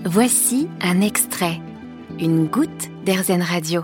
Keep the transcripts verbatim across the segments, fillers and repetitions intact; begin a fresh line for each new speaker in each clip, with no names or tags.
Voici un extrait, une goutte d'Airzen Radio.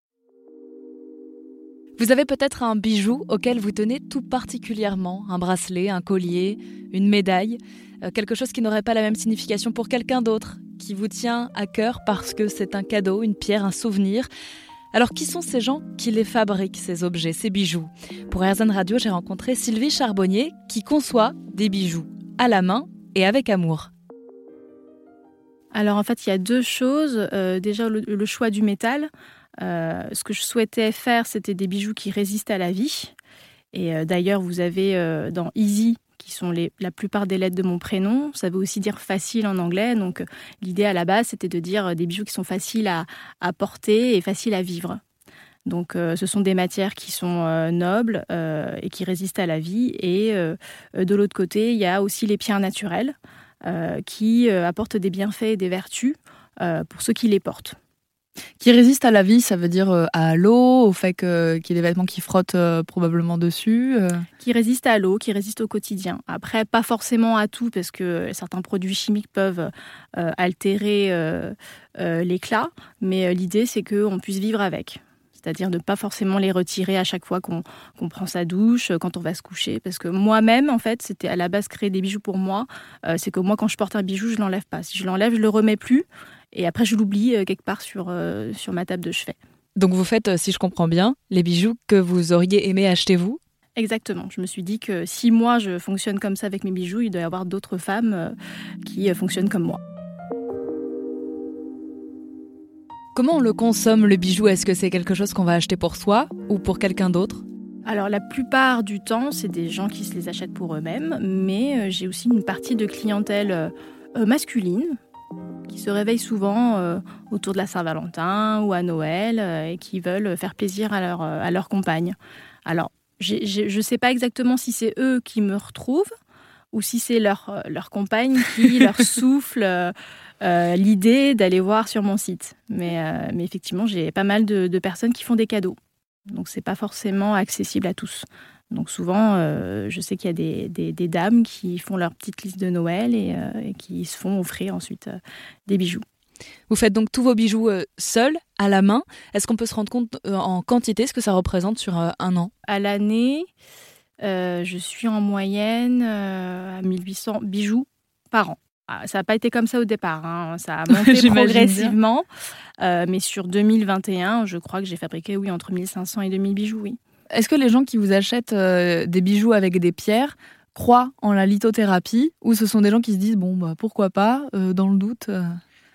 Vous avez peut-être un bijou auquel vous tenez tout particulièrement, un bracelet, un collier, une médaille, euh, quelque chose qui n'aurait pas la même signification pour quelqu'un d'autre, qui vous tient à cœur parce que c'est un cadeau, une pierre, un souvenir. Alors qui sont ces gens qui les fabriquent, ces objets, ces bijoux ? Pour Airzen Radio, j'ai rencontré Sylvie Charbonnier qui conçoit des bijoux à la main et avec amour.
Alors en fait, il y a deux choses. Euh, déjà, le, le choix du métal. Euh, ce que je souhaitais faire, c'était des bijoux qui résistent à la vie. Et euh, d'ailleurs, vous avez euh, dans Easy, qui sont les, la plupart des lettres de mon prénom. Ça veut aussi dire facile en anglais. Donc euh, l'idée à la base, c'était de dire des bijoux qui sont faciles à, à porter et faciles à vivre. Donc euh, ce sont des matières qui sont euh, nobles euh, et qui résistent à la vie. Et euh, de l'autre côté, il y a aussi les pierres naturelles. Euh, qui euh, apportent des bienfaits et des vertus euh, pour ceux qui les portent.
Qui résiste à la vie, ça veut dire euh, à l'eau, au fait que, qu'il y ait des vêtements qui frottent euh, probablement dessus euh...
Qui résistent à l'eau, qui résistent au quotidien. Après, pas forcément à tout, parce que certains produits chimiques peuvent euh, altérer euh, euh, l'éclat, mais euh, l'idée, c'est qu'on puisse vivre avec. C'est-à-dire ne pas forcément les retirer à chaque fois qu'on, qu'on prend sa douche, quand on va se coucher. Parce que moi-même, en fait, c'était à la base créer des bijoux pour moi. Euh, c'est que moi, quand je porte un bijou, je ne l'enlève pas. Si je l'enlève, je ne le remets plus. Et après, je l'oublie euh, quelque part sur, euh, sur ma table de chevet.
Donc vous faites, si je comprends bien, les bijoux que vous auriez aimé acheter vous ?
Exactement. Je me suis dit que si moi, je fonctionne comme ça avec mes bijoux, il doit y avoir d'autres femmes euh, qui euh, fonctionnent comme moi.
Comment on le consomme, le bijou ? Est-ce que c'est quelque chose qu'on va acheter pour soi ou pour quelqu'un d'autre ?
Alors la plupart du temps, c'est des gens qui se les achètent pour eux-mêmes, mais euh, j'ai aussi une partie de clientèle euh, masculine qui se réveille souvent euh, autour de la Saint-Valentin ou à Noël euh, et qui veulent faire plaisir à leur, euh, à leur compagne. Alors, j'ai, j'ai, je ne sais pas exactement si c'est eux qui me retrouvent ou si c'est leur, leur compagne qui leur souffle euh, euh, l'idée d'aller voir sur mon site. Mais, euh, mais effectivement, j'ai pas mal de, de personnes qui font des cadeaux. Donc, ce n'est pas forcément accessible à tous. Donc, souvent, euh, je sais qu'il y a des, des, des dames qui font leur petite liste de Noël et, euh, et qui se font offrir ensuite euh, des bijoux.
Vous faites donc tous vos bijoux euh, seuls, à la main. Est-ce qu'on peut se rendre compte euh, en quantité ce que ça représente sur euh, un an ?
À l'année, euh, je suis en moyenne euh, à mille huit cents bijoux par an. Ah, ça n'a pas été comme ça au départ, hein. Ça a monté progressivement. Euh, mais sur deux mille vingt et un, je crois que j'ai fabriqué oui, entre mille cinq cents et deux mille bijoux, oui.
Est-ce que les gens qui vous achètent euh, des bijoux avec des pierres croient en la lithothérapie ou ce sont des gens qui se disent bon bah pourquoi pas euh, dans le doute euh...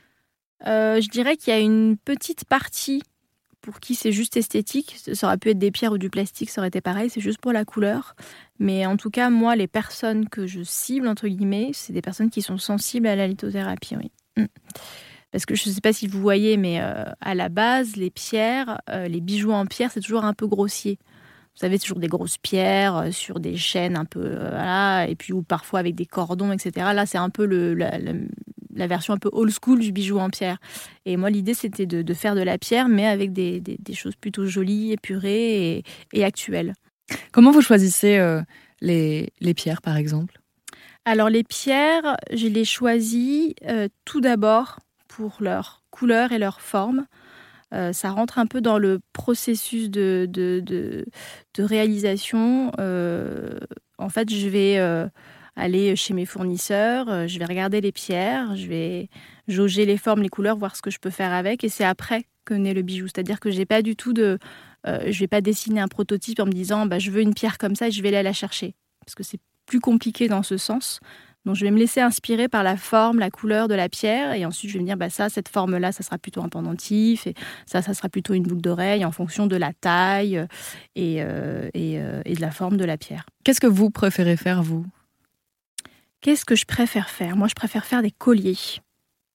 Euh, Je dirais qu'il y a une petite partie pour qui c'est juste esthétique. Ça aurait pu être des pierres ou du plastique, ça aurait été pareil, c'est juste pour la couleur. Mais en tout cas, moi, les personnes que je cible, entre guillemets, c'est des personnes qui sont sensibles à la lithothérapie, oui. Mmh. Parce que je ne sais pas si vous voyez, mais euh, à la base, les pierres, euh, les bijoux en pierre, c'est toujours un peu grossier. Vous savez, toujours des grosses pierres euh, sur des chaînes un peu, euh, voilà, et puis ou parfois avec des cordons, et cetera. Là, c'est un peu le, la, la, la version un peu old school du bijou en pierre. Et moi, l'idée, c'était de, de faire de la pierre, mais avec des, des, des choses plutôt jolies, épurées et, et actuelles.
Comment vous choisissez euh, les, les pierres, par exemple ?
Alors, les pierres, je les choisis euh, tout d'abord pour leur couleur et leur forme. Euh, ça rentre un peu dans le processus de, de, de, de réalisation. Euh, en fait, je vais euh, aller chez mes fournisseurs, euh, je vais regarder les pierres, je vais jauger les formes, les couleurs, voir ce que je peux faire avec. Et c'est après que naît le bijou. C'est-à-dire que j'ai pas du tout de... Euh, je ne vais pas dessiner un prototype en me disant bah, je veux une pierre comme ça et je vais aller la chercher. Parce que c'est plus compliqué dans ce sens. Donc, je vais me laisser inspirer par la forme, la couleur de la pierre. Et ensuite, je vais me dire, bah, ça, cette forme-là, ça sera plutôt un pendentif. Et ça, ça sera plutôt une boucle d'oreille en fonction de la taille et, euh, et, euh, et de la forme de la pierre.
Qu'est-ce que vous préférez faire, vous ?
Qu'est-ce que je préfère faire ? Moi, je préfère faire des colliers.
Pourquoi ?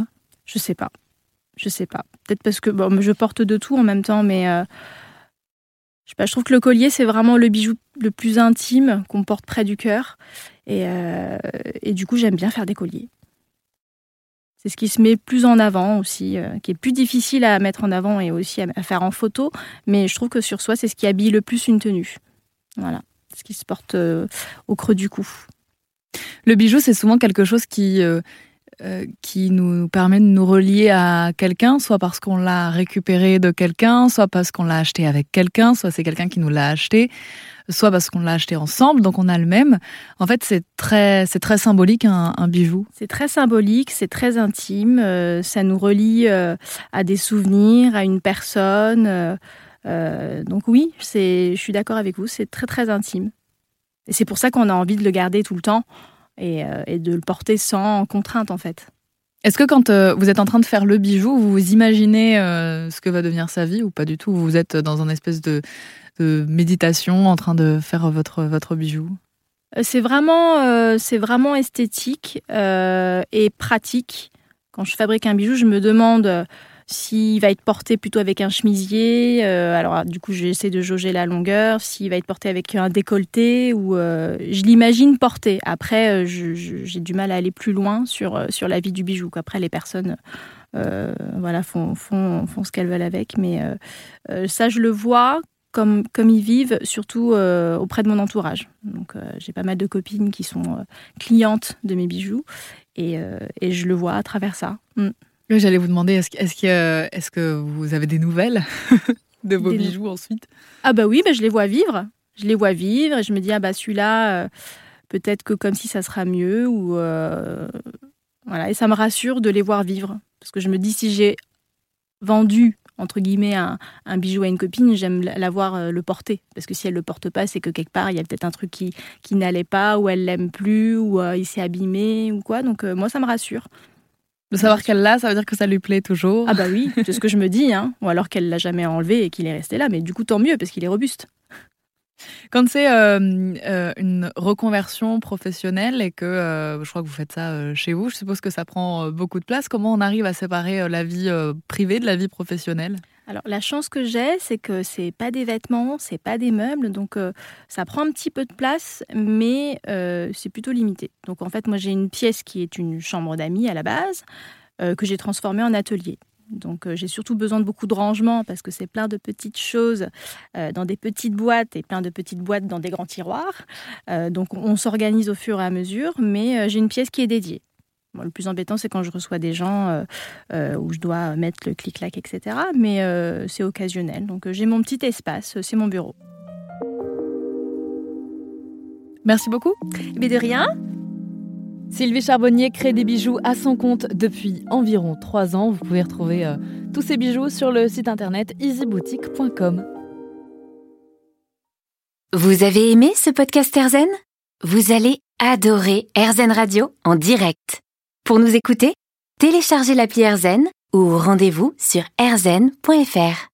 Je sais pas. Je sais pas. Peut-être parce que bon, je porte de tout en même temps, mais... Euh, Je sais pas, je trouve que le collier, c'est vraiment le bijou le plus intime qu'on porte près du cœur. Et, euh, et du coup, j'aime bien faire des colliers. C'est ce qui se met plus en avant aussi, euh, qui est plus difficile à mettre en avant et aussi à, à faire en photo. Mais je trouve que sur soi, c'est ce qui habille le plus une tenue. Voilà, ce qui se porte euh, au creux du cou.
Le bijou, c'est souvent quelque chose qui... Euh... euh, qui nous permet de nous relier à quelqu'un, soit parce qu'on l'a récupéré de quelqu'un, soit parce qu'on l'a acheté avec quelqu'un, soit c'est quelqu'un qui nous l'a acheté, soit parce qu'on l'a acheté ensemble, donc on a le même. En fait, c'est très, c'est très symbolique, un, un bijou.
C'est très symbolique, c'est très intime, euh, ça nous relie euh, à des souvenirs, à une personne. Euh, euh, donc oui, c'est, je suis d'accord avec vous, c'est très très intime. Et c'est pour ça qu'on a envie de le garder tout le temps et, euh, et de le porter sans contrainte en fait.
Est-ce que quand euh, vous êtes en train de faire le bijou, vous vous imaginez euh, ce que va devenir sa vie ou pas du tout? Vous êtes dans un espèce de, de méditation en train de faire votre, votre bijou?
C'est vraiment, euh, c'est vraiment esthétique euh, et pratique. Quand je fabrique un bijou, je me demande euh, s'il va être porté plutôt avec un chemisier. Euh, alors, du coup, j'essaie de jauger la longueur. S'il va être porté avec un décolleté ou euh, je l'imagine porté. Après, euh, je, je, j'ai du mal à aller plus loin sur euh, sur la vie du bijou. Après, les personnes, euh, voilà, font font font ce qu'elles veulent avec. Mais euh, euh, ça, je le vois. Comme, comme ils vivent, surtout euh, auprès de mon entourage. Donc, euh, j'ai pas mal de copines qui sont euh, clientes de mes bijoux et, euh, et je le vois à travers ça. Mm.
Oui, j'allais vous demander, est-ce, est-ce, que, est-ce que vous avez des nouvelles de vos
Des
bijoux
nou-
ensuite?
Ah bah oui, bah je les vois vivre. Je les vois vivre et je me dis, ah bah celui-là, euh, peut-être que comme si ça sera mieux. Ou, euh, voilà. Et ça me rassure de les voir vivre. Parce que je me dis, si j'ai vendu entre guillemets un, un bijou à une copine, j'aime la voir euh, le porter, parce que si elle le porte pas, c'est que quelque part il y a peut-être un truc qui, qui n'allait pas, ou elle l'aime plus, ou euh, il s'est abîmé ou quoi, donc euh, moi ça me rassure.
De savoir qu'elle l'a, ça veut dire que ça lui plaît toujours?
Ah bah oui, c'est ce que je me dis, hein. Ou alors qu'elle l'a jamais enlevé et qu'il est resté là, mais du coup tant mieux parce qu'il est robuste.
Quand c'est euh, euh, une reconversion professionnelle et que euh, je crois que vous faites ça euh, chez vous, je suppose que ça prend euh, beaucoup de place. Comment on arrive à séparer euh, la vie euh, privée de la vie professionnelle?
Alors la chance que j'ai, c'est que c'est pas des vêtements, c'est pas des meubles, donc euh, ça prend un petit peu de place, mais euh, c'est plutôt limité. Donc en fait, moi j'ai une pièce qui est une chambre d'amis à la base, euh, que j'ai transformée en atelier. Donc euh, j'ai surtout besoin de beaucoup de rangement parce que c'est plein de petites choses euh, dans des petites boîtes et plein de petites boîtes dans des grands tiroirs. Euh, donc on, on s'organise au fur et à mesure, mais euh, j'ai une pièce qui est dédiée. Bon, le plus embêtant, c'est quand je reçois des gens euh, euh, où je dois mettre le clic-clac, et cetera. Mais euh, c'est occasionnel. Donc, euh, j'ai mon petit espace, c'est mon bureau.
Merci beaucoup.
Mais de rien.
Sylvie Charbonnier crée des bijoux à son compte depuis environ trois ans. Vous pouvez retrouver euh, tous ces bijoux sur le site internet easy boutique point com.
Vous avez aimé ce podcast AirZen? Vous allez adorer AirZen Radio en direct. Pour nous écouter, téléchargez l'appli AirZen ou rendez-vous sur airzen point f r.